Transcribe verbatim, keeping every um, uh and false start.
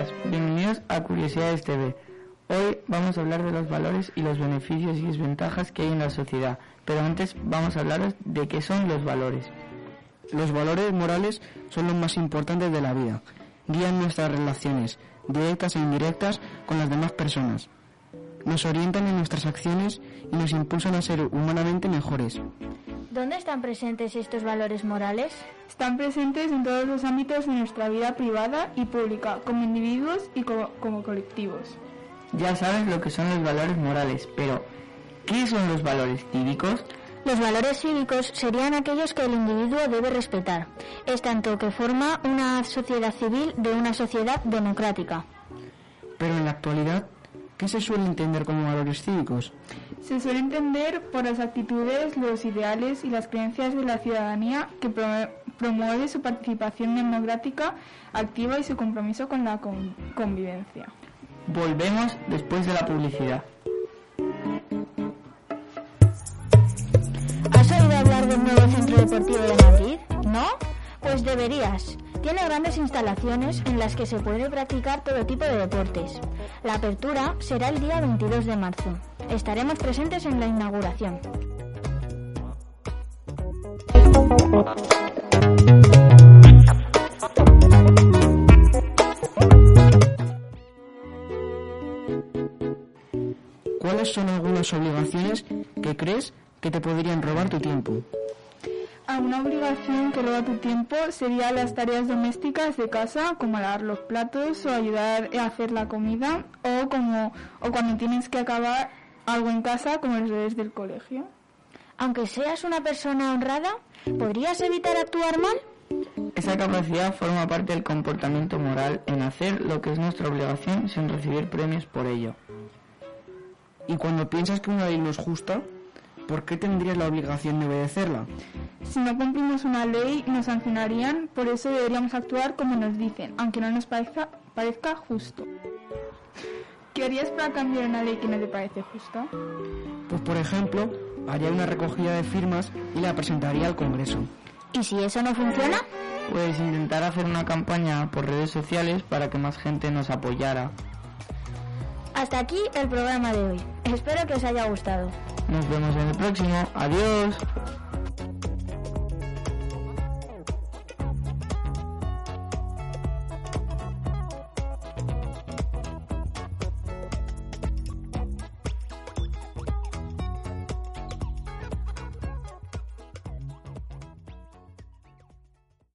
días, bienvenidos a Curiosidades T V. Hoy vamos a hablar de los valores y los beneficios y desventajas que hay en la sociedad, pero antes vamos a hablaros de qué son los valores. Los valores morales son los más importantes de la vida. Guían nuestras relaciones, directas e indirectas, con las demás personas. Nos orientan en nuestras acciones y nos impulsan a ser humanamente mejores. ¿Dónde están presentes estos valores morales? Están presentes en todos los ámbitos de nuestra vida privada y pública, como individuos y como, como colectivos. Ya sabes lo que son los valores morales, pero ¿qué son los valores cívicos? Los valores cívicos serían aquellos que el individuo debe respetar, es tanto que forma una sociedad civil de una sociedad democrática. Pero en la actualidad, ¿qué se suele entender como valores cívicos? Se suele entender por las actitudes, los ideales y las creencias de la ciudadanía que promueve su participación democrática activa y su compromiso con la con- convivencia. Volvemos después de la publicidad. ¿Has oído hablar del nuevo Centro Deportivo de Madrid? ¿No? Pues deberías. Tiene grandes instalaciones en las que se puede practicar todo tipo de deportes. La apertura será el día veintidós de marzo. Estaremos presentes en la inauguración. ¿Cuáles son algunas obligaciones que crees que te podrían robar tu tiempo? A una obligación que roba tu tiempo serían las tareas domésticas de casa, como lavar los platos o ayudar a hacer la comida, o como o cuando tienes que acabar algo en casa, como los deberes del colegio. Aunque seas una persona honrada, ¿podrías evitar actuar mal? Esa capacidad forma parte del comportamiento moral en hacer lo que es nuestra obligación sin recibir premios por ello. Y cuando piensas que una ley no es justa, ¿por qué tendrías la obligación de obedecerla? Si no cumplimos una ley, nos sancionarían, por eso deberíamos actuar como nos dicen, aunque no nos parezca, parezca justo. ¿Qué harías para cambiar una ley que no te parece justa? Pues por ejemplo, haría una recogida de firmas y la presentaría al Congreso. ¿Y si eso no funciona? Pues intentar hacer una campaña por redes sociales para que más gente nos apoyara. Hasta aquí el programa de hoy. Espero que os haya gustado. Nos vemos en el próximo. Adiós.